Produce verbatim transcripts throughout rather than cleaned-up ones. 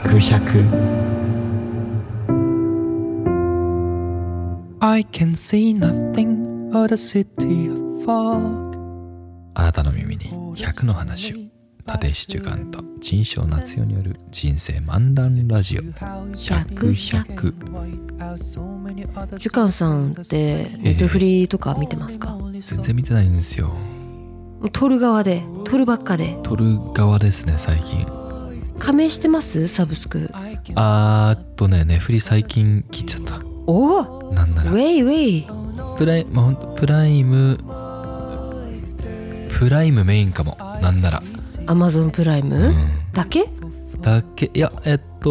百百 I can see nothing but a city of fog。 あなたの耳にひゃくの話を。立石主幹と陳正夏代による人生漫談ラジオ百百。 主幹さんってネットフリとか見てますか？ 全然見てないんですよ。 撮る側で撮るばっかで撮る側ですね最近。 加盟してます？サブスク。 あーっとねネフリ最近切っちゃった。 おお、 なんならウェイウェイプライム、まあ、ほんとプライムプライムメインかも。なんならアマゾンプライム、うん、だけだけいやえっと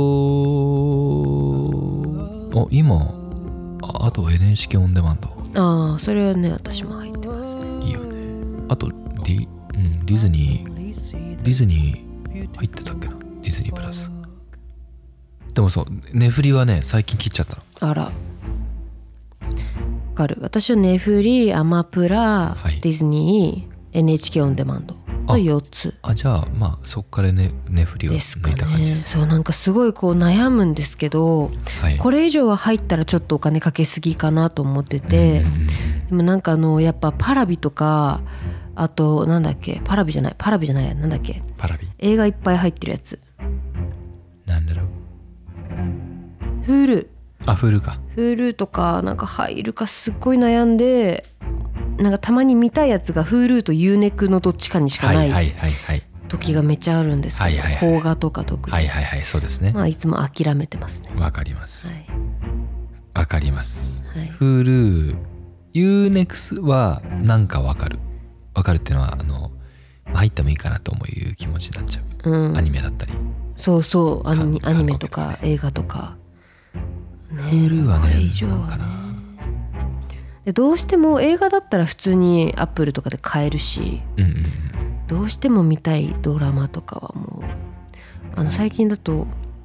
お今 あ, あと エヌエイチケー オンデマンド。 ああそれはね私も入ってますね。 いいよね。あと ディ,、うん、ディズニーディズニー入ってたっけな。ディズニープラス。でもそうネフリはね最近切っちゃったの。 あらわかる。私はネフリ、アマプラ、はい、ディズニー、エヌエイチケー オンデマンドのよっつ。 あ, あじゃあまあそっからねネフリを抜いた感じです。 そうなんかすごいこう悩むんですけど、はい、これ以上は入ったらちょっとお金かけすぎかなと思ってて、うんうんうん、でもなんかあのやっぱパラビとかあとなんだっけパラビじゃないパラビじゃないなんだっけパラビ映画いっぱい入ってるやつなんだろう。 Hulu。 あ、Huluか。 Hulu とかなんか入るかすっごい悩んで、なんかたまに見たいやつが Hulu と ユーネック のどっちかにしかない時がめっちゃあるんですけど、邦画とか特に。 はいはいはいそうですね。 まあいつも諦めてますね。 わかります。わ、はい、かります。 はい、 Hulu、ユーネックス はなんかわかる。わかるっていうのはあの入ってもいいかなと思う気持ちになっちゃう。うん、アニメだったり。 そうそうアニ、アニメとか映画とか。 ね、Hulu はね、 これ以上はね。でどうしても映画だったら普通にアップルとかで買えるし、うんうん、どうしても見たいドラマとかはもうあの最近だと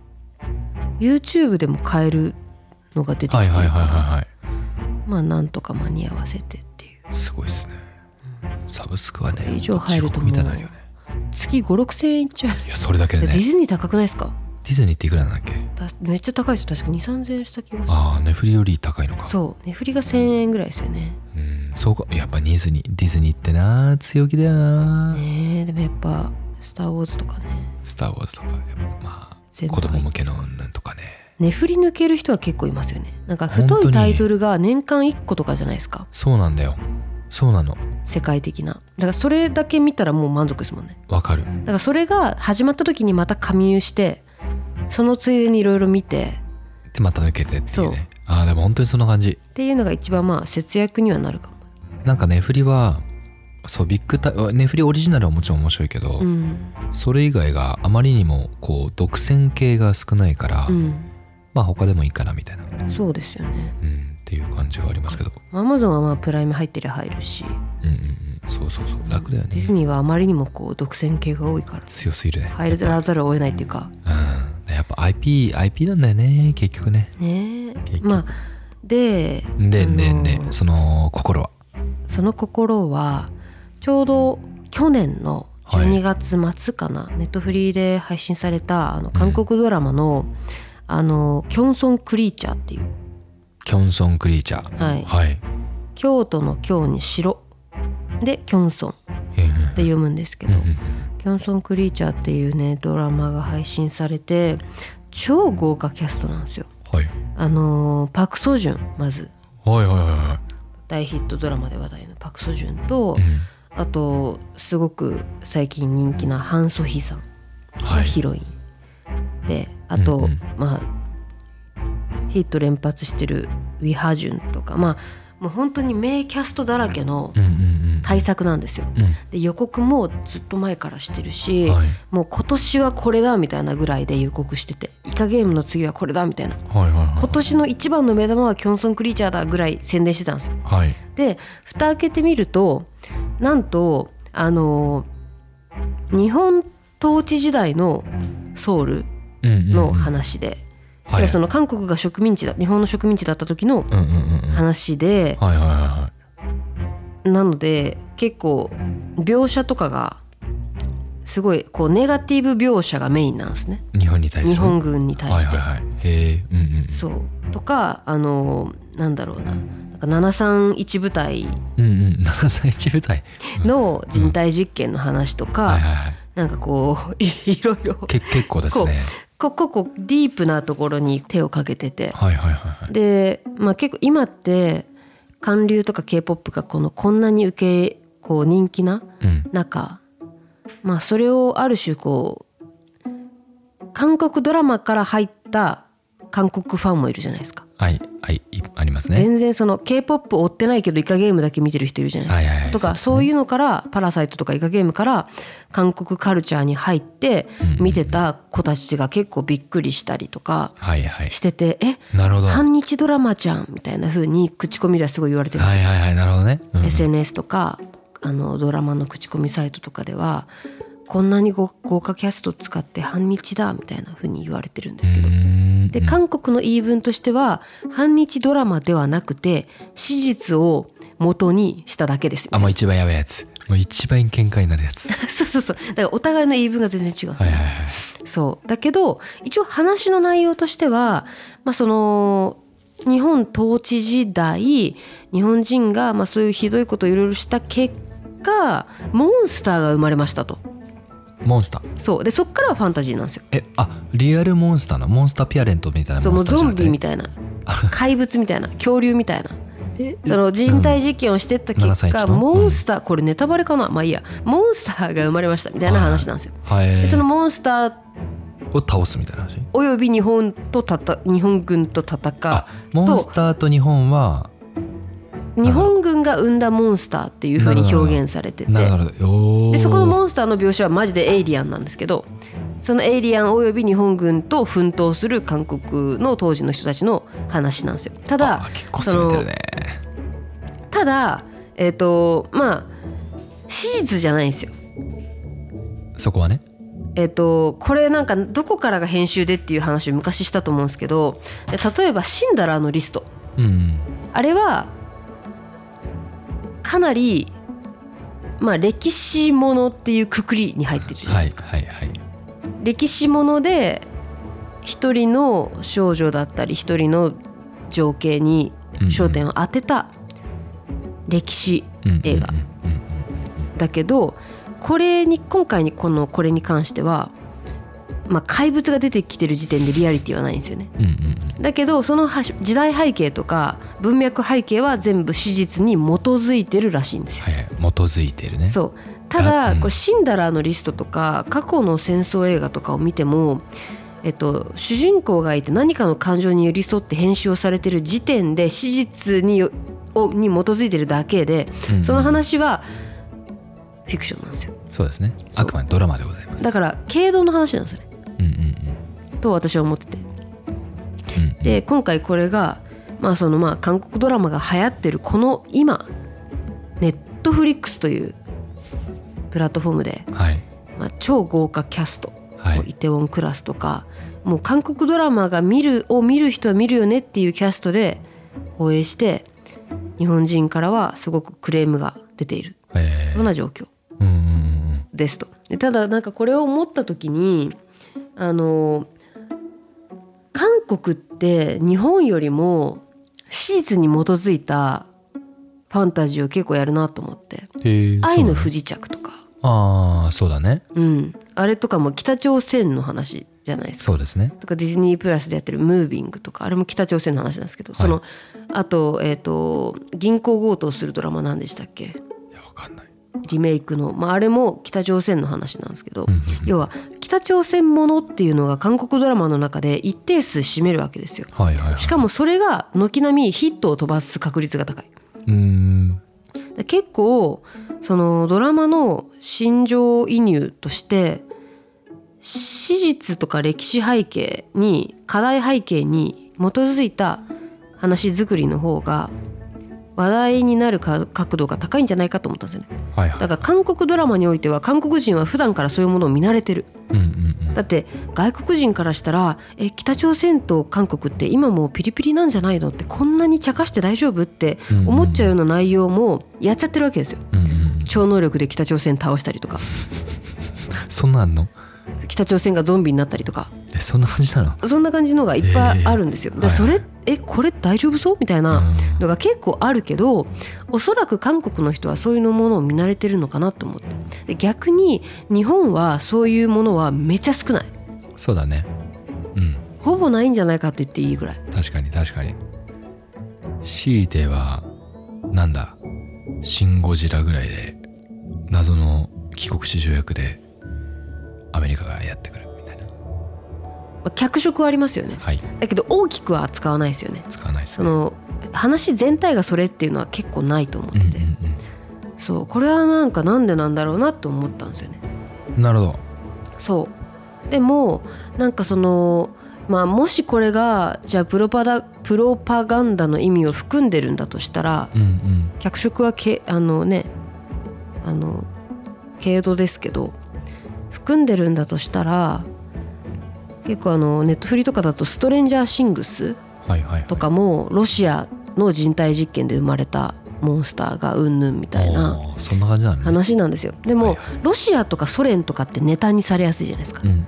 YouTube でも買えるのが出てきてるから、はいはいはいはい、まあなんとか間に合わせてっていう。 すごいですね、うん、サブスクはね以上入るともう月ご、ろくせんえんいっちゃう。 いやそれだけでね。 ディズニー高くないですか？ ディズニーっていくらなんだっけ？ めっちゃ高いですよ。確かにさんぜんえんした気がする。 ああネフリより高いのか。 そうネフリがせんえんぐらいですよね。 うんそうか。やっぱディズニーディズニーってな強気だよな。 ねえでもやっぱスターウォーズとかね。 スターウォーズとかやっぱまあ子供向けのうんぬんとかね。 ネフリ抜ける人は結構いますよね。なんか太いタイトルが年間いっことかじゃないですか。 そうなんだよ。そうなの。 世界的な。だからそれだけ見たらもう満足ですもんね。 わかる。 だからそれが始まった時にまた加入してそのついでにいろいろ見てでまた抜けてっていうね。ああでも本当にそんな感じっていうのが一番まあ節約にはなるかも。 なんかネフリはそうビッグタネフリオリジナルはもちろん面白いけど、うん、それ以外があまりにもこう独占系が少ないから、うん、まあ他でもいいかなみたいな。 そうですよね、 うん、っていう感じがありますけど。 アマゾンはまあプライム入ってりゃ入るし、 うんうんうん、そうそうそう楽だよね。 ディズニーはあまりにもこう独占系が多いから強すぎるね。 入らざるを得ないっていうか、 うん、やっぱ アイピー アイピー なんだよね結局ね。 ねえまあででねねその心はその心はちょうど去年のじゅうにがつ末かな、はい、ネットフリーで配信されたあの韓国ドラマの、うん、あのキョンソンクリーチャーっていうキョンソンクリーチャー、 はいはい、 京都の京に城でキョンソンって読むんですけど、うん、キョンソンクリーチャーっていうねドラマが配信されて超豪華キャストなんですよ、はい、あのパク・ソジュンまず、 はいはいはいはい、 大ヒットドラマで話題のパク・ソジュンと、うん、あとすごく最近人気なハン・ソヒさんがヒロイン、はい、であと、うんうん、まあヒット連発してるウィ・ハジュンとかまあもう本当に名キャストだらけの大作なんですよ、うんうんうん、で予告もずっと前からしてるし、はい、もう今年はこれだみたいなぐらいで予告しててイカゲームの次はこれだみたいな、はいはいはい、今年の一番の目玉はキョンソンクリーチャーだぐらい宣伝してたんですよ、はい、で蓋開けてみるとなんとあの日本統治時代のソウルの話で、うんうんうんはい、その韓国が植民地だ日本の植民地だった時の話で、うんうんうんはいはいはい、なので結構描写とかがすごいこうネガティブ描写がメインなんですね。 日本に対して、 日本軍に対して、 はいはいはい、へー、うんうん、 そうとかあのなんだろうな、なんかななさんいち部隊、 うんうん、ななさんいち部隊の人体実験の話とか、うんはいはいはい、なんかこう い, いろいろけ結構ですね。 こここディープなところに手をかけてて、 はいはいはいはい、 で、まあ、結構今って韓流とか K-ポップ がこのこんなに受けこう人気な中、うん、まあそれをある種こう韓国ドラマから入った韓国ファンもいるじゃないですか。 はいはい、ありますね。 全然その K-ポップ 追ってないけどイカゲームだけ見てる人いるじゃないですか、はいはいはい、とか そうですね、そういうのからパラサイトとかイカゲームから韓国カルチャーに入って見てた子たちが結構びっくりしたりとかしてて、はいはい、え、なるほど、反日ドラマじゃんみたいな風に口コミではすごい言われてるんですよ、 はいはいはい、なるほどね、うん、 エスエヌエス とかあのドラマの口コミサイトとかではこんなに豪華キャスト使って反日だみたいな風に言われてるんですけど、で韓国の言い分としては反日ドラマではなくて史実を元にしただけです。 あ、もう一番やばいやつ、もう一番喧嘩になるやつそうそうそう、だからお互いの言い分が全然違うんですよ、はいはいはい、そうだけど一応話の内容としては、まあ、その日本統治時代日本人がまあそういうひどいことをいろいろした結果モンスターが生まれましたと。 モンスター、 そうでそっからはファンタジーなんですよ。 え、あ、リアルモンスターのモンスターピアレントみたいなモンスターじゃなくて、そう、もうゾンビみたいな怪物みたいな恐竜みたいなその人体実験をしてった結果、うん、モンスター、これネタバレかな、まあいいや、モンスターが生まれましたみたいな話なんですよ、はい、でそのモンスターを倒すみたいな話、 および日本とたた日本軍と戦うと、 あ、モンスターと日本は日本軍が生んだモンスターっていう風に表現されてて、でそこのモンスターの描写はマジでエイリアンなんですけど、そのエイリアンおよび日本軍と奮闘する韓国の当時の人たちの話なんですよ。ただ結構攻めてるね。 ただえっとまあ史実じゃないんですよ、 そこはね。 えっとこれなんかどこからが編集でっていう話を昔したと思うんですけど、で例えばシンダラーのリスト、うん、あれはかなり、まあ、歴史ものっていうくくりに入ってるじゃないですか、はいはいはい、歴史もので一人の少女だったり一人の情景に焦点を当てた歴史映画だけど、これに今回にこのこれに関しては、まあ、怪物が出てきてる時点でリアリティはないんですよね、うんうん、だけどその時代背景とか文脈背景は全部史実に基づいてるらしいんですよ、 はい、基づいてるね。 そうただ、うん、これシンダラーのリストとか過去の戦争映画とかを見ても、えっと、主人公がいて何かの感情に寄り添って編集をされてる時点で史実にをに基づいてるだけで、うんうん、その話はフィクションなんですよ。 そうですね、あくまでドラマでございます。 だから経度の話なんですよね、うんうんうん、と私は思ってて、うんうん、で今回これが、まあそのまあ韓国ドラマが流行ってるこの今ネットフリックスというプラットフォームで、はいまあ、超豪華キャスト、はい、イテウォンクラスとかもう韓国ドラマが見るを見る人は見るよねっていうキャストで放映して、日本人からはすごくクレームが出ているような状況ですと。でただなんかこれを思った時に、あの韓国って日本よりも史実に基づいたファンタジーを結構やるなと思って、愛の不時着とか、 ああそうだね、 うん、あれとかも北朝鮮の話じゃないですか。 そうですね。 とかディズニープラスでやってるムービングとか、あれも北朝鮮の話なんですけど、はい、そのあと、えーと銀行強盗するドラマ何でしたっけ。いやわかんない。 リメイクの、まあ、あれも北朝鮮の話なんですけど、うんうんうん、要は北朝鮮ものっていうのが韓国ドラマの中で一定数占めるわけですよ、はいはいはい、しかもそれが軒並みヒットを飛ばす確率が高い。うーん結構そのドラマの心情移入として史実とか歴史背景に課題背景に基づいた話作りの方が話題になる角度が高いんじゃないかと思ったんですよね、はいはい、だから韓国ドラマにおいては韓国人は普段からそういうものを見慣れてる、うんうんうん、だって外国人からしたらえ北朝鮮と韓国って今もうピリピリなんじゃないのってこんなに茶化して大丈夫って思っちゃうような内容もやっちゃってるわけですよ、うんうん、超能力で北朝鮮倒したりとかそんなんあんの？ 北朝鮮がゾンビになったりとか。 えそんな感じなの？ そんな感じのがいっぱいあるんですよ。でそれえこれ大丈夫そうみたいなのが結構あるけど、おそらく韓国の人はそういうものを見慣れてるのかなと思って。で逆に日本はそういうものはめちゃ少ない。 そうだね。うん。 ほぼないんじゃないかって言っていいぐらい。 確かに確かに。強いてはなんだシン・ゴジラぐらいで謎の帰国子女役でアメリカがやってくるみたいな。 脚色はありますよね、 はい、 だけど大きくは使わないですよね。 使わないですね。 その話全体がそれっていうのは結構ないと思ってて、うんうんうん、そうこれはなんかなんでなんだろうなって思ったんですよね。 なるほど。 そうでもなんかそのまあもしこれがじゃあプロパダプロパガンダの意味を含んでるんだとしたら、うんうん、脚色はけあのねあの軽度ですけど含んでるんだとしたら結構あのネットフリとかだとストレンジャーシングスとかもロシアの人体実験で生まれたモンスターがうんぬんみたいな話なんですよ。でもロシアとかソ連とかってネタにされやすいじゃないですか、うんうんうん、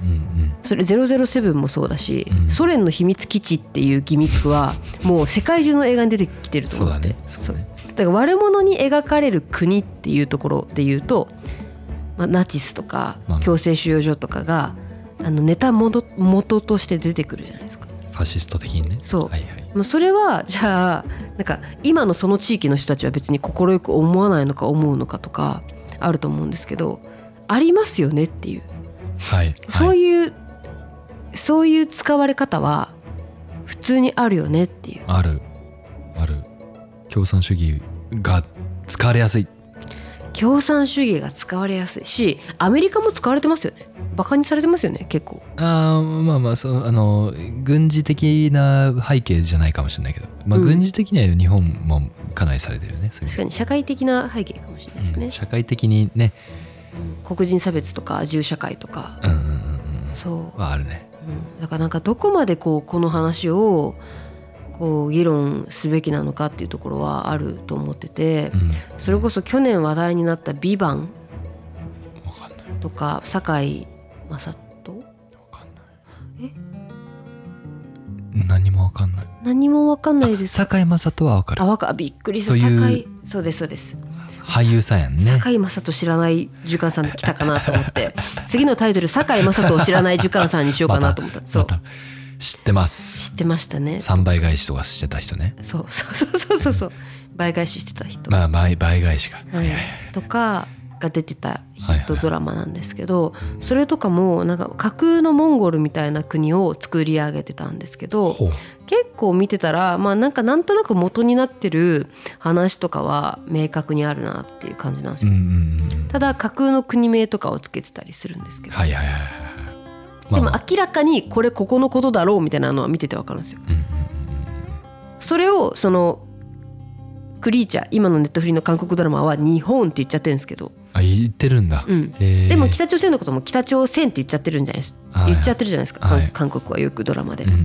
それゼロゼロセブンもそうだし、うん、ソ連の秘密基地っていうギミックはもう世界中の映画に出てきてると思ってて、そうだね、そうね。だから悪者に描かれる国っていうところで言うと、まあ、ナチスとか強制収容所とかがあのネタ元、元として出てくるじゃないですか。 ファシスト的にね。 そう、はいはい、もうそれはじゃあなんか今のその地域の人たちは別に快く思わないのか思うのかとかあると思うんですけど、ありますよねっていう、はいはい、そういうそういう使われ方は普通にあるよねっていう。 あるある。共産主義が使われやすい。 共産主義が使われやすいし、アメリカも使われてますよね。バカにされてますよね結構。 あまあまあそうあの軍事的な背景じゃないかもしれないけど、まあ、軍事的には日本もかなりされてるよね、うん、 確かに社会的な背景かもしれないですね、 うん、社会的にね、 黒人差別とか銃社会とか、うんうんうん、そうはあるね、 うん、だからなんかどこまでこうこの話をこう議論すべきなのかっていうところはあると思ってて、うん、それこそ去年話題になったビバンとか堺雅人わかんない。え何もわかんない。 何もわかんないです。 堺雅人はわかる。 あわかびっくりした。堺そうですそうです。 俳優さんやんね。 堺雅人知らないジュカンさんで来たかなと思って次のタイトル堺雅人を知らないジュカンさんにしようかなと思った。そう、ま、 知ってます。 知ってましたね。 さんばい返しとかしてた人ね。 そうそうそうそうそう倍返ししてた人。 まあ倍倍返しか、 はい、とかが出てたヒットドラマなんですけど、はいはいはい、それとかもなんか架空のモンゴルみたいな国を作り上げてたんですけど、結構見てたらまあなんかなんとなく元になってる話とかは明確にあるなっていう感じなんですよ、うんうんうん、ただ架空の国名とかをつけてたりするんですけど、はいはいはいはい、まあまあ、でも明らかにこれここのことだろうみたいなのは見てて分かるんですよ、うんうんうん、それをそのクリーチャー今のネットフリの韓国ドラマは日本って言っちゃってるんですけど、 あ言ってるんだ、 うん、でも北朝鮮のことも北朝鮮って言っちゃってるんじゃないですか、言っちゃってるじゃないですか、はい、韓国はよくドラマで、うんうん、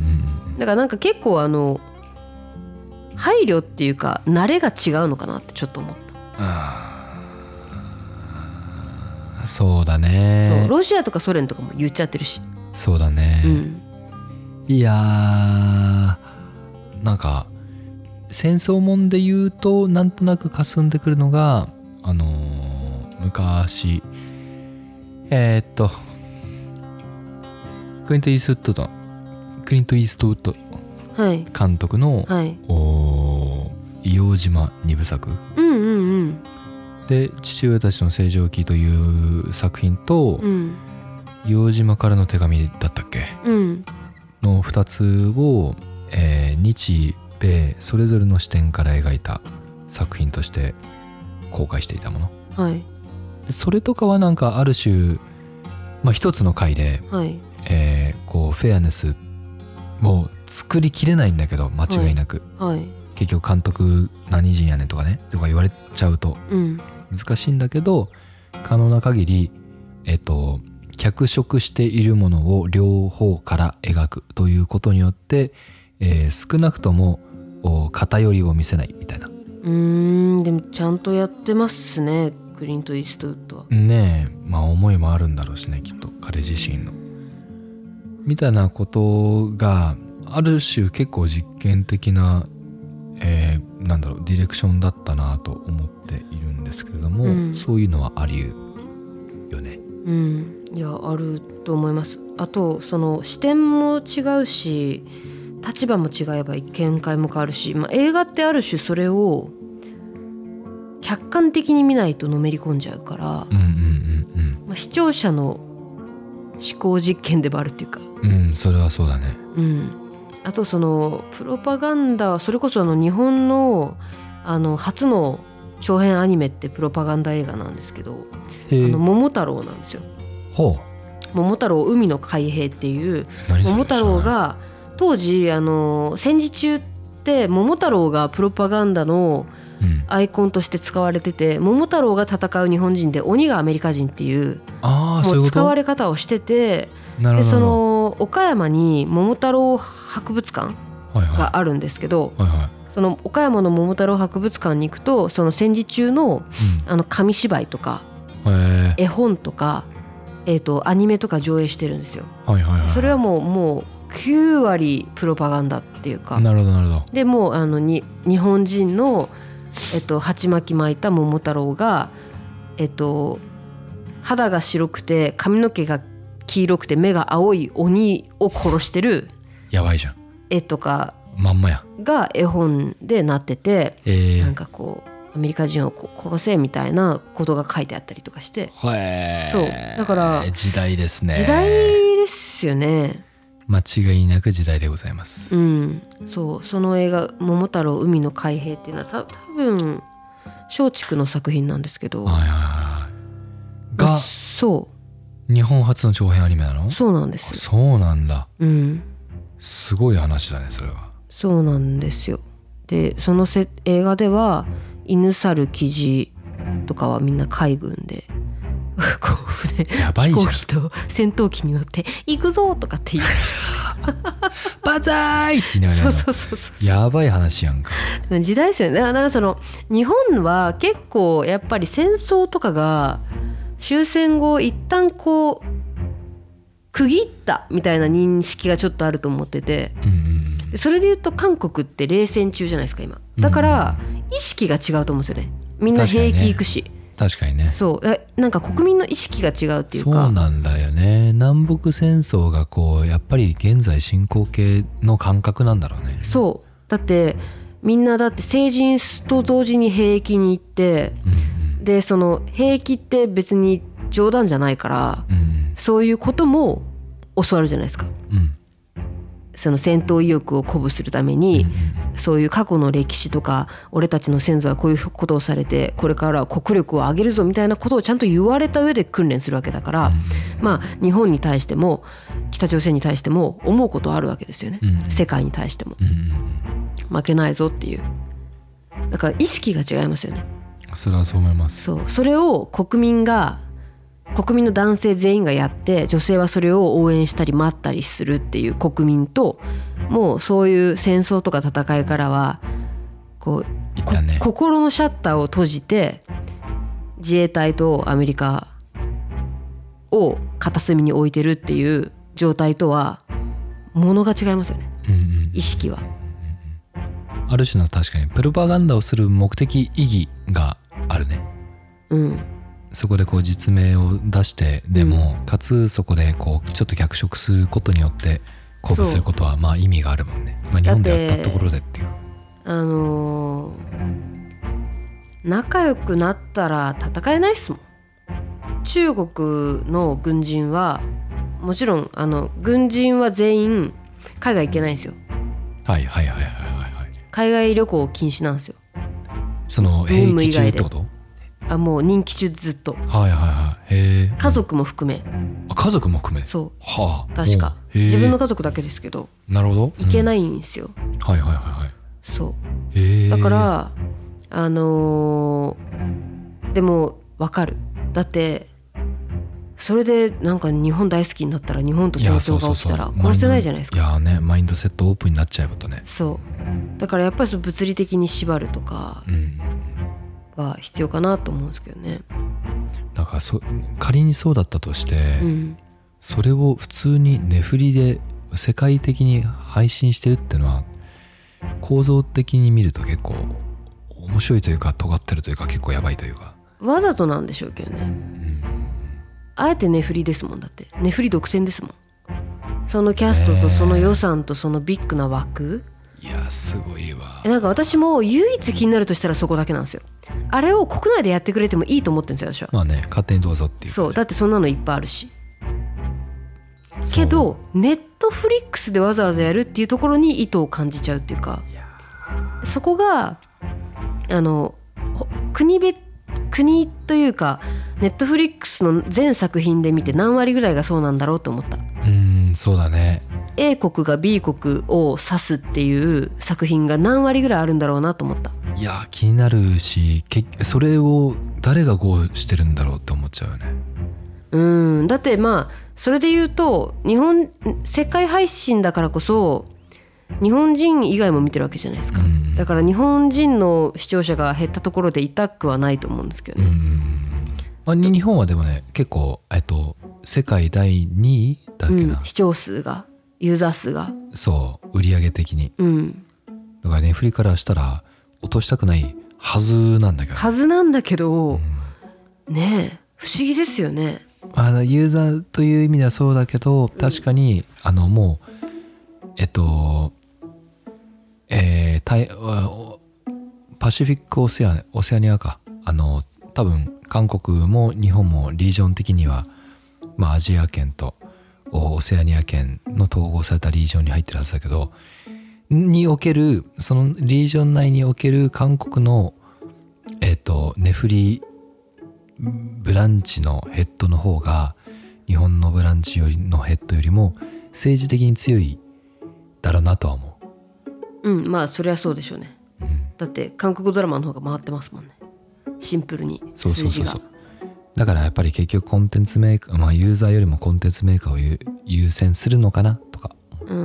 だからなんか結構あの配慮っていうか慣れが違うのかなってちょっと思った。 あそうだね。 そうロシアとかソ連とかも言っちゃってるし。 そうだね、うん、いやーなんか戦争もんで言うとなんとなく霞んでくるのがあのー、昔えー、っとクリント・イーストウッドクリント・イーストウッド監督の、はい、お硫黄島二部作、うんうんうん、で父親たちの星条記という作品と、うん、硫黄島からの手紙だったっけ、うん、のふたつを、えー、日米それぞれの視点から描いた作品として公開していたもの、はい、それとかはなんかある種、まあ、一つの回で、はいえー、こうフェアネスを作りきれないんだけど間違いなく、はいはい、結局監督何人やねんとかねとか言われちゃうと難しいんだけど、うん、可能な限りえっと脚色しているものを両方から描くということによって、えー、少なくとも偏りを見せないみたいな。 うーんでもちゃんとやってますねククリント・イーストウッドはねえ、まあ思いもあるんだろうしね、きっと彼自身のみたいなことがある種結構実験的な、えー、なんだろうディレクションだったなと思っているんですけれども、うん、そういうのはあり得よね。 うん、いやあると思います。あとその視点も違うし立場も違えば見解も変わるし、まあ、映画ってある種それを客観的に見ないとのめり込んじゃうから、うんうんうんうんまあ、視聴者の思考実験でもあるっていうか、 うん、それはそうだね。 うん、あとそのプロパガンダそれこそあの日本のあの初の長編アニメってプロパガンダ映画なんですけど、あの桃太郎なんですよ。 ほう桃太郎海の海兵っていう桃太郎が当時あの戦時中って桃太郎がプロパガンダのアイコンとして使われてて、うん、桃太郎が戦う日本人で鬼がアメリカ人っていうあもう使われ方をしてて、でその岡山に桃太郎博物館があるんですけど、はいはいはいはい、その岡山の桃太郎博物館に行くとその戦時中 の,、うん、あの紙芝居とか絵本とか、えーと、アニメとか上映してるんですよ、はいはいはい、それはもう、もうきゅう割プロパガンダっていうか、 なるほどなるほど。 でもうあのに日本人の、えっと、鉢巻き巻いた桃太郎が、えっと、肌が白くて髪の毛が黄色くて目が青い鬼を殺してるやばいじゃん絵とかまんまやが絵本でなってて、えー、なんかこうアメリカ人を殺せみたいなことが書いてあったりとかして、 へー、 そうだから時代ですね。 時代ですよね。 間違いなく時代でございます、 うん、そうその映画桃太郎海の海兵っていうのはた多分松竹の作品なんですけど、はいはいはい、 がそう日本初の長編アニメなの？ そうなんです。 そうなんだ、 うん、 すごい話だねそれは。 そうなんですよ。でそのせ映画では犬猿キジとかはみんな海軍でこう船飛行機と戦闘機に乗って行くぞとかっていうバザーイって言いながら、 そうそうそうそう、 やばい話やんか。 時代ですよね。だからその日本は結構やっぱり戦争とかが終戦後一旦こう区切ったみたいな認識がちょっとあると思ってて、うんうん、それで言うと韓国って冷戦中じゃないですか今。だから意識が違うと思うんですよね。みんな兵役行くし、 確かにね。 そうなんか国民の意識が違うっていうか。 そうなんだよね。南北戦争がこうやっぱり現在進行形の感覚なんだろうね。 そうだってみんなだって成人と同時に兵役に行って、うんうん、でその兵役って別に冗談じゃないから、うんうん、そういうことも教わるじゃないですか、うん、その戦闘意欲を鼓舞するために、うんうん、そういう過去の歴史とか俺たちの先祖はこういうことをされてこれからは国力を上げるぞみたいなことをちゃんと言われた上で訓練するわけだから、うん、まあ日本に対しても北朝鮮に対しても思うことはあるわけですよね、うん、世界に対しても、うん、負けないぞっていう。だから意識が違いますよね。 それはそう思います。 そう、それを国民が国民の男性全員がやって女性はそれを応援したり待ったりするっていう国民と、もうそういう戦争とか戦いからはこう、ね、心のシャッターを閉じて自衛隊とアメリカを片隅に置いてるっていう状態とはものが違いますよね、うんうん、意識は。 ある種の確かにプロパガンダをする目的意義があるね。うん、そこでこう実名を出してでも、うん、かつそこでこうちょっと脚色することによって鼓舞することはまあ意味があるもんね。まあ、日本でやったところでっていう。 あのー、仲良くなったら戦えないっすもん。中国の軍人はもちろんあの軍人は全員海外行けないんですよ。 はいはいはいはいはい。 海外旅行禁止なんですよ。 その兵役中ってこと？ あ、もう任期中ずっと。 はいはいはい。へえ。 家族も含め。 あ、家族も含め。 そう。 はあ。 確か。自分の家族だけですけど。 なるほど。 行けないんですよ。 うん、はいはいはいはい。 そう。へえ。だからあのー、でも分かる。だってそれでなんか日本大好きになったら日本と戦争が起きたら殺せないじゃないですか。 いやね、マインドセットオープンになっちゃえばとね。 そうだからやっぱりその物理的に縛るとかは必要かなと思うんですけどね。 なんかそ仮にそうだったとして、 うん、 それを普通にネフリで世界的に配信してるっていうのは構造的に見ると結構面白いというか尖ってるというか結構やばいというか、 わざとなんでしょうけどね、うん、あえてネフリですもん。だってネフリ独占ですもん。そのキャストとその予算とそのビッグな枠、 いやすごいわ。 なんか私も唯一気になるとしたらそこだけなんですよ。あれを国内でやってくれてもいいと思ってるんですよ私は。 まあね、勝手にどうぞっていう、ね、 そうだってそんなのいっぱいあるし。けどネットフリックスでわざわざやるっていうところに意図を感じちゃうっていうか、そこがあの国別国というかネットフリックスの全作品で見て何割ぐらいがそうなんだろうと思った。 うーん、そうだね。 A 国が B 国を指すっていう作品が何割ぐらいあるんだろうなと思った。 いや気になるし、それを誰がゴーしてるんだろうって思っちゃうよね。 うん、だってまあそれで言うと日本世界配信だからこそ日本人以外も見てるわけじゃないですか、うん、だから日本人の視聴者が減ったところで痛くはないと思うんですけどね、うんまあ、日本はでもね結構、えっと、世界だいにいだっけな、 うん、視聴数がユーザー数がそう売上的に、うん、だからねフリからしたら落としたくないはずなんだけどはずなんだけど、うん、ねえ不思議ですよね。 あのユーザーという意味ではそうだけど確かに、うん、あのもうえっとえー、パシフィックオセアオセアニアかあの多分韓国も日本もリージョン的には、まあ、アジア圏とオセアニア圏の統合されたリージョンに入ってるはずだけどにおけるそのリージョン内における韓国のえっとネフリブランチのヘッドの方が日本のブランチよりのヘッドよりも政治的に強いだろうなとは思う。うん、まあそりゃそうでしょうね、うん、だって韓国ドラマの方が回ってますもんね、シンプルに数字が。そうそうそうそう。 だからやっぱり結局コンテンツメーカー、まあユーザーよりもコンテンツメーカーを優先するのかなとか、 うん、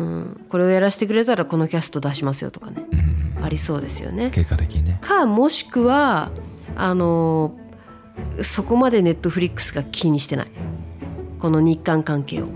これをやらせてくれたらこのキャスト出しますよとかね、うん、ありそうですよね結果的にね。かもしくはあのそこまでネットフリックスが気にしてないこの日韓関係を。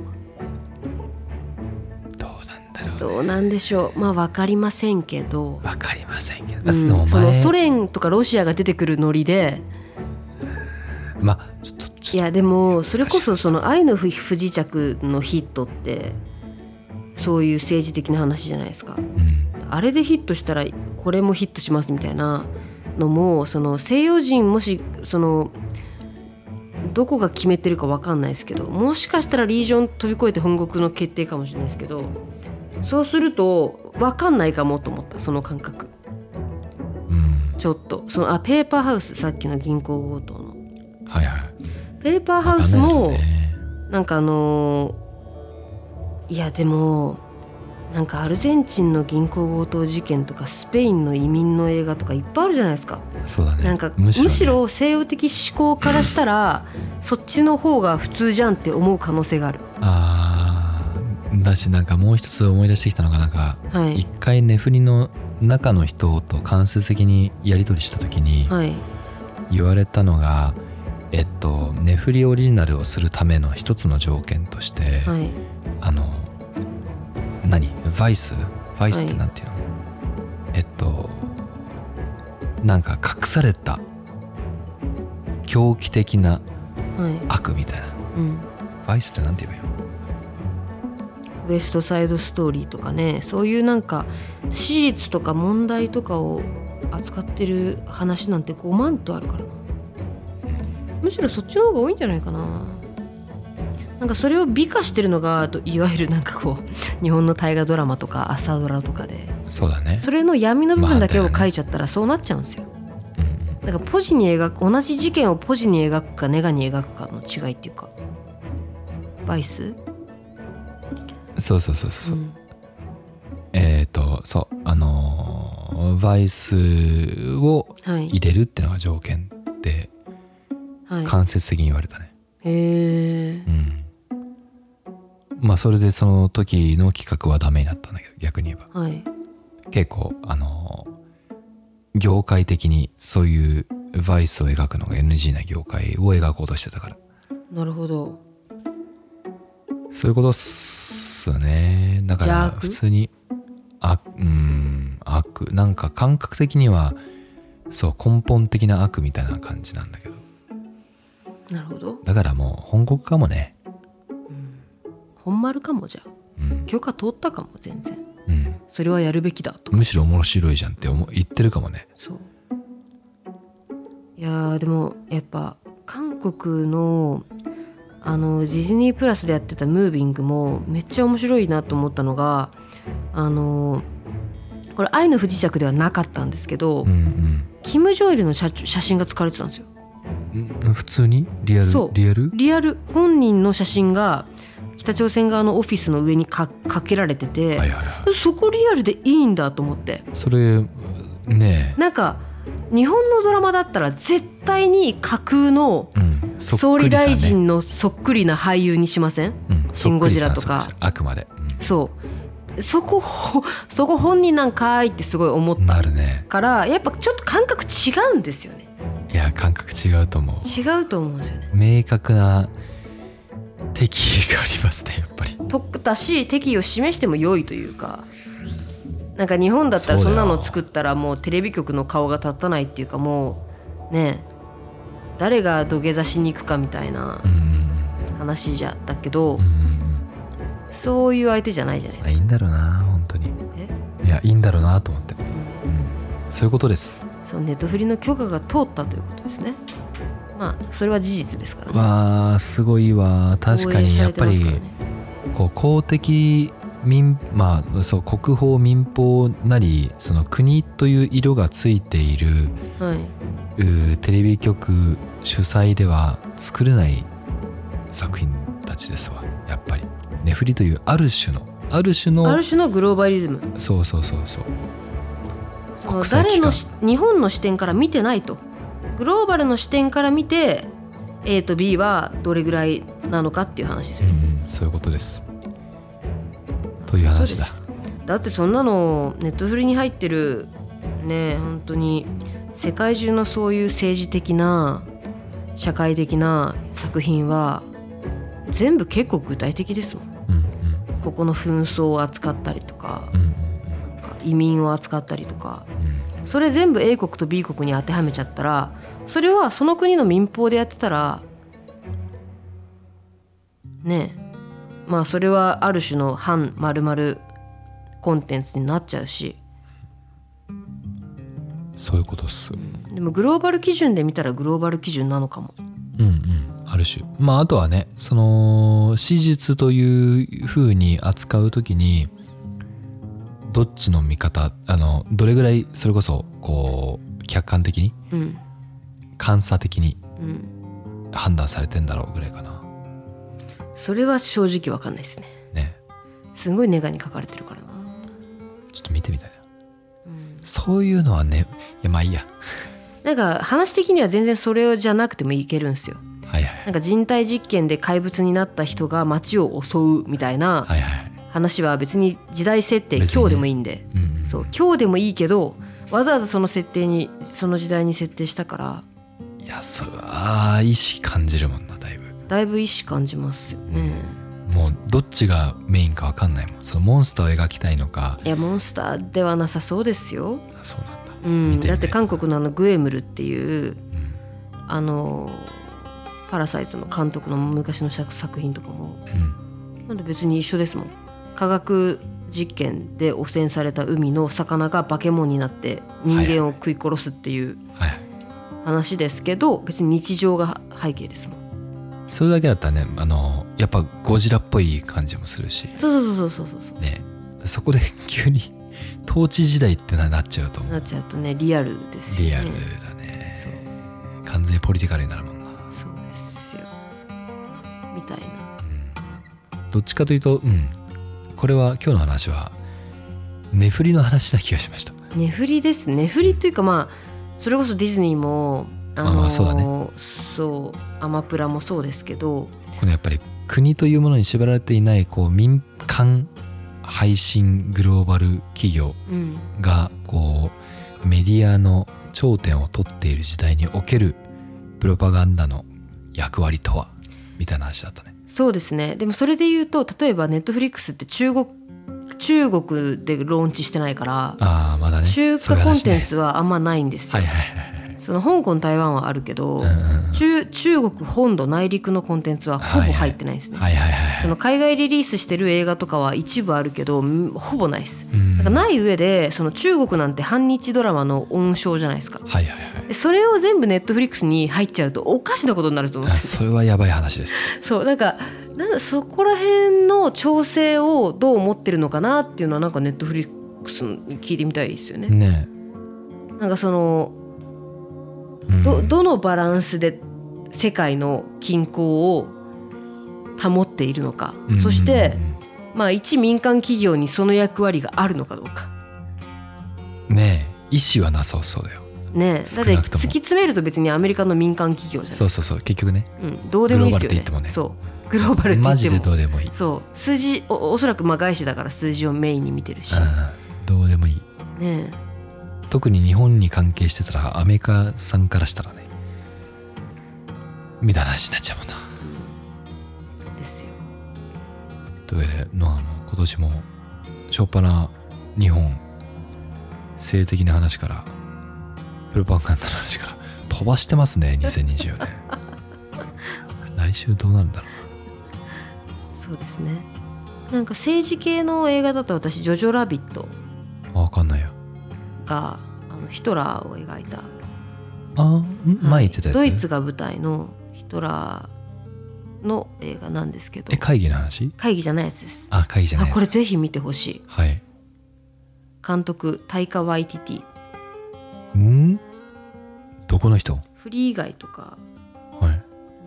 どうなんだろう、ね、 どうなんでしょう。まあ分かりませんけど分かりませんけど、 うん、そのソ連とかロシアが出てくるノリでまあちょっとちょっといやでもそれこそその愛の不時着のヒットってそういう政治的な話じゃないですか、うん、あれでヒットしたらこれもヒットしますみたいなのもその西洋人もしそのどこが決めてるか分かんないですけどもしかしたらリージョン飛び越えて本国の決定かもしれないですけどそうすると分かんないかもと思ったその感覚、うん、ちょっとそのあペーパーハウスさっきの銀行強盗のはいはいペーパーハウスもなんかあのいやでもなんかアルゼンチンの銀行強盗事件とかスペインの移民の映画とかいっぱいあるじゃないですか。 そうだね。 なんかむしろね、むしろ西洋的思考からしたらそっちの方が普通じゃんって思う可能性がある。 あーだしなんかもう一つ思い出してきたのがなんか一、はい、回ネフリの中の人と間接的にやり取りした時に言われたのが、はい、えっとネフリオリジナルをするための一つの条件として、はい、あの何バイスバイスってなんていうの、はい、えっとなんか隠された狂気的な悪みたいな、はいうん、バイスってなんて言えばいいの。 ウエストサイドストーリーとかねそういうなんか史実とか問題とかを扱ってる話なんてごまんとあるからな。むしろそっちの方が多いんじゃないかな。なんかそれを美化してるのがいわゆるなんかこう日本の大河ドラマとか朝ドラとかでそうだね。 それの闇の部分だけを書いちゃったらそうなっちゃうんですよ、まあねうん、だからポジに描く同じ事件をポジに描くかネガに描くかの違いっていうかバイスそうそうそうそう、うん、えっ、ー、とそうあのバイスを入れるっていうのが条件で、はい、間接的に言われたね。 へえ、うんまあそれでその時の企画はダメになったんだけど逆に言えば、 はい、 結構あの業界的にそういうバイスを描くのが エヌジー な業界を描こうとしてたから。 なるほど。 そういうことっすね。だから普通にあうん悪なんか感覚的にはそう根本的な悪みたいな感じなんだけど。 なるほど。 だからもう本国かもね。 うん、本丸かもじゃあ、うん、許可通ったかも全然。 うん、 それはやるべきだと。 むしろ面白いじゃんって思言ってるかもね。 そう。いやでもやっぱ韓国のあのディズニープラスでやってたムービングもめっちゃ面白いなと思ったのが、あのこれ愛の不時着ではなかったんですけど、うんうん、キム・ジョイルの 写, 写真が使われてたんですよ。 普通にリアルそうリアルリアル本人の写真が北朝鮮側のオフィスの上に か, かけられてて、はいはいはい、そこリアルでいいんだと思って。 それねなんか日本のドラマだったら絶対に架空の総理大臣のそっくりな俳優にしません、うん、シン・ゴジラとか。 あくまで、うん、 そうそこそこ本人なんかいってすごい思ったから、ね、やっぱちょっと感覚違うんですよね。 いや感覚違うと思う。 違うと思うんですよね。 明確な敵意がありますねやっぱり。 とだし敵意を示しても良いというか、なんか日本だったらそんなの作ったらもうテレビ局の顔が立たないっていうか、もうね誰が土下座しに行くかみたいな話じゃだけど、うんうんうん、そういう相手じゃないじゃないですか。 いいんだろうな本当に。えいやいいんだろうなと思って、うんうん、そういうことです。 そうネットフリの許可が通ったということですね。まあそれは事実ですからね。 わーすごいわ。確かにやっぱり、ね、こう公的民まあそう国法民法なりその国という色がついている、はい、テレビ局主催では作れない作品たちですわやっぱり。ネフリというある種のある種のある種のグローバリズム。 そうそうそうそう。 その誰の日本の視点から見てないと、グローバルの視点から見て A と B はどれぐらいなのかっていう話ですよね、 うん、そういうことですという話だ。 だってそんなのネットフリに入ってるね本当に世界中のそういう政治的な社会的な作品は全部結構具体的ですもん、うんうん、ここの紛争を扱ったりとか、うんうん、なんか移民を扱ったりとか、うん、それ全部 A 国と B 国に当てはめちゃったら、それはその国の民法でやってたらねえまあそれはある種の反〇〇コンテンツになっちゃうし。 そういうことっす。 でもグローバル基準で見たらグローバル基準なのかも。 うんうんある種。まああとはねその史実という風に扱うときにどっちの見方あのどれぐらいそれこそこう客観的に、うん、監査的に判断されてんだろうぐらいかな。 それは正直分かんないですね。 ね。 すごいネガに書かれてるからな。 ちょっと見てみたいな、うん、そういうのはねいやまあいいやなんか話的には全然それじゃなくてもいけるんですよ、はいはい、なんか人体実験で怪物になった人が街を襲うみたいな話は別に時代設定今日でもいいんで、うんうん、そう今日でもいいけどわざわざその設定にその時代に設定したから、 いやそれは意志感じるもんな。だいぶだいぶ意志感じますよね、 うん、もうどっちがメインか分かんないもん。そのモンスターを描きたいのか。 いやモンスターではなさそうですよ。 あそうなんだ、 うん、だって韓国のあのグエムルっていう、うん、あのパラサイトの監督の昔の作品とかも、うん、なんで別に一緒ですもん。科学実験で汚染された海の魚が化け物になって人間を食い殺すっていう話ですけど、別に日常が背景ですもん。 それだけだったらねあのやっぱゴジラっぽい感じもするし。 そうそうそうそうそうそう、 ね、そこで急に統治時代ってなっちゃうと思う。 なっちゃうとねリアルですよね。 リアルだね。そう完全にポリティカルになるもんな。 そうですよみたいな、 うん、どっちかというと、うん、これは今日の話はネフリの話な気がしました。 ネフリです。ネフリっていうかまあそれこそディズニーもあのー、 あそうだね。 そうアマプラもそうですけど、 このやっぱり国というものに縛られていないこう民間配信グローバル企業がこうメディアの頂点を取っている時代におけるプロパガンダの役割とはみたいな話だったね。 そうですね。でもそれで言うと例えばネットフリックスって中国中国でローンチしてないから、 あーまだね、 中華コンテンツはあんまないんですよ。 はいはいはい。 その香港台湾はあるけど、 うんうん、 中, 中国本土内陸のコンテンツはほぼ入ってないですね。 はいはいはいはい、 その海外リリースしてる映画とかは一部あるけどほぼないです。だからない上でその中国なんて反日ドラマの温床じゃないですか。 はいはいはい、 でそれを全部ネットフリックスに入っちゃうとおかしなことになると思うんですよ、 それはやばい話です。 そうなんかなんかそこら辺の調整をどう思ってるのかなっていうのはなんかネットフリックスに聞いてみたいですよね。 ね、 なんかそのど, どのバランスで世界の均衡を保っているのか、うん、そして、まあ、一民間企業にその役割があるのかどうかねえ、意思はなさそうだよね。えだって突き詰めると別にアメリカの民間企業じゃない。 そうそうそう、結局ね、 うん、どうでもいいですよね。 グローバルって言ってもね、 そうグローバルって言ってもマジでどうでもいい。 そう数字 お, おそらくまあ外資だから数字をメインに見てるし、 うん、どうでもいいねえ。 特に日本に関係してたらアメリカさんからしたらねみたいな話になっちゃうもんな、 うん、ですよ。 というわけでのあの今年も初っ端日本性的な話からプロパガンダの話から飛ばしてますねにせんにじゅうよねん来週どうなるんだろう。そうですね。なんか政治系の映画だと私ジョジョラビット分かんないよがあのヒトラーを描いた、 あ、ん、前言ってたやつ、 ドイツが舞台のヒトラーの映画なんですけど。 え、会議の話？ 会議じゃないやつです。 あ、会議じゃないやつ。 あ、これぜひ見てほしい。 はい。 監督タイカ・ワイティティ。 ん？どこの人？ フリー以外とか、 はい、 あの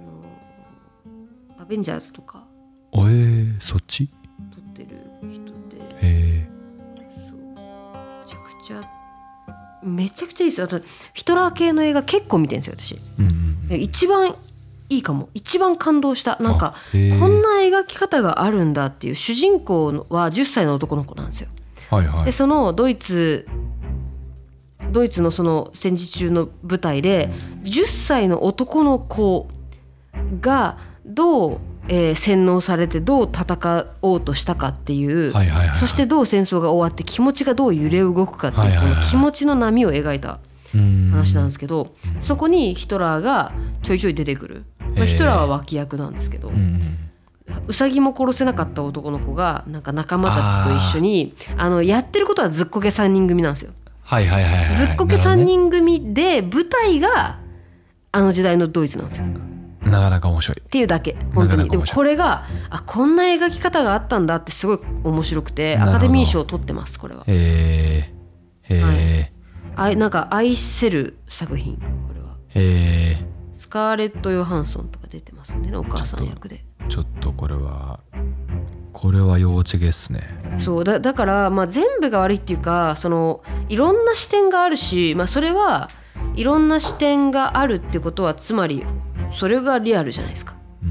アベンジャーズとかえー、そっち撮ってる人で、 へー、そうめちゃくちゃめちゃくちゃいいですよ。あとヒトラー系の映画結構見てるんですよ私、うんうんうん、一番いいかも。一番感動した。なんかこんな描き方があるんだっていう。主人公はじゅっさいの男の子なんですよ、はいはい、でそのドイツドイツのその戦時中の舞台でじゅっさいの男の子がどう、えー、洗脳されてどう戦おうとしたかっていう、はいはいはいはい、そしてどう戦争が終わって気持ちがどう揺れ動くかっていう、はいはいはい、この気持ちの波を描いた話なんですけど、そこにヒトラーがちょいちょい出てくる、まあ、ヒトラーは脇役なんですけど、ウサギも殺せなかった男の子がなんか仲間たちと一緒に あ, あのやってることはずっこけさんにん組なんですよ。はいはいはいはい、ずっこけさんにん組で舞台があの時代のドイツなんですよ。 なかなか面白いっていうだけ本当に。でもこれがあこんな描き方があったんだってすごい面白くてアカデミー賞を取ってますこれは。へーへー、はい、あなんか愛せる作品これは。へー、スカーレット・ヨハンソンとか出てますねお母さん役で。 ちょっとこれはこれは幼稚げっすね。 そう だ, だから、まあ、全部が悪いっていうかそのいろんな視点があるし、まあ、それはいろんな視点があるってことはつまりそれがリアルじゃないですか、うんうん、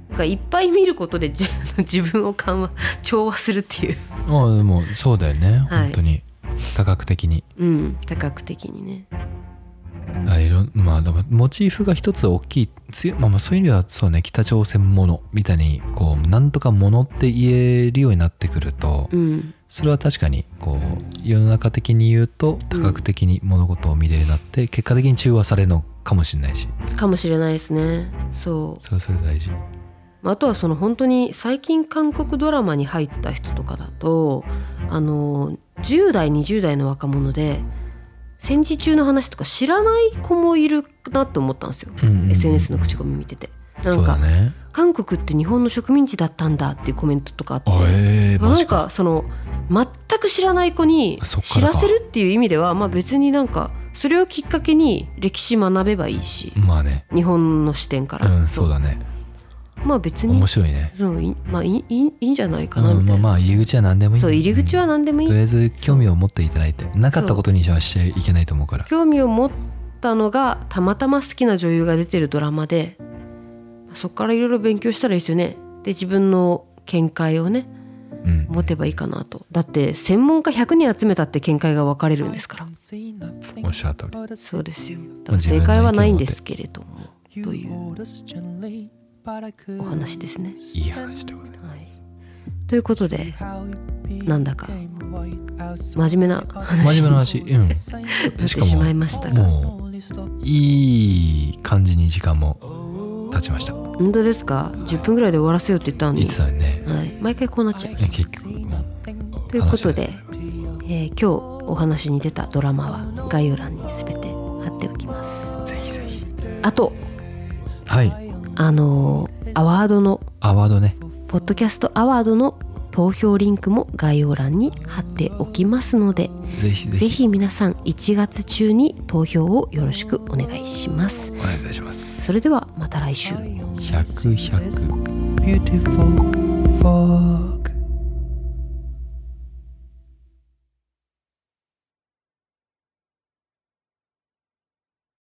だからいっぱい見ることで自分を緩和調和するっていう。 ああでもそうだよね、はい、本当に多角的に、 うん、多角的にね。 あいろまあ、でもモチーフが一つ大きい強い、まあ、まあそういう意味ではそうね、北朝鮮ものみたいにこうなんとかものって言えるようになってくると、うん、それは確かにこう世の中的に言うと多角的に物事を見れるようになって、うん、結果的に中和されるのかもしれないしかもしれないですね。そうそれはそれで大事。 あとはその本当に最近韓国ドラマに入った人とかだとあのじゅう代にじゅう代の若者で戦時中の話とか知らない子もいるなって思ったんですよ、うんうんうん、エスエヌエス の口コミ見ててなんか、ね、韓国って日本の植民地だったんだっていうコメントとかあって、えー、なんかその全く知らない子に知らせるっていう意味では、まあ、別になんかそれをきっかけに歴史学べばいいし、まあね、日本の視点から、 うん、そうだね。 まあ別に面白いね。 そうい、まあ、いい、いいんじゃないかなみたいな、 うん、まあまあ入り口は何でもいい。 そう入り口は何でもいい、 うん、とりあえず興味を持っていただいてなかったことにはしちゃいけないと思うから。 興味を持ったのがたまたま好きな女優が出てるドラマでそこからいろいろ勉強したらいいですよね。で自分の見解をね持てばいいかなと、うん、だって専門家ひゃくにん集めたって見解が分かれるんですから。 おっしゃる通り。 そうですよ。だから正解はないんですけれどもというお話ですね。 いい話でございます、はい、 ということでなんだか真面目な話真面目な話、うん、 なってしまいましたが、もういい感じに時間も経ちました。 本当ですか。じゅっぷんぐらいで終わらせようって言ったのにいつだね、 はい、毎回こうなっちゃいます、ね、 結局もうということで、えー、今日お話に出たドラマは概要欄にすべて貼っておきます。 ぜひぜひ。 あとはいあのー、アワードのアワードねポッドキャストアワードの投票リンクも概要欄に貼っておきますので、 ぜひぜひ、 ぜひ皆さんいちがつ中に投票をよろしくお願いします。 お願いいたします。 それではまた来週。 ひゃく、ひゃく Beautiful fog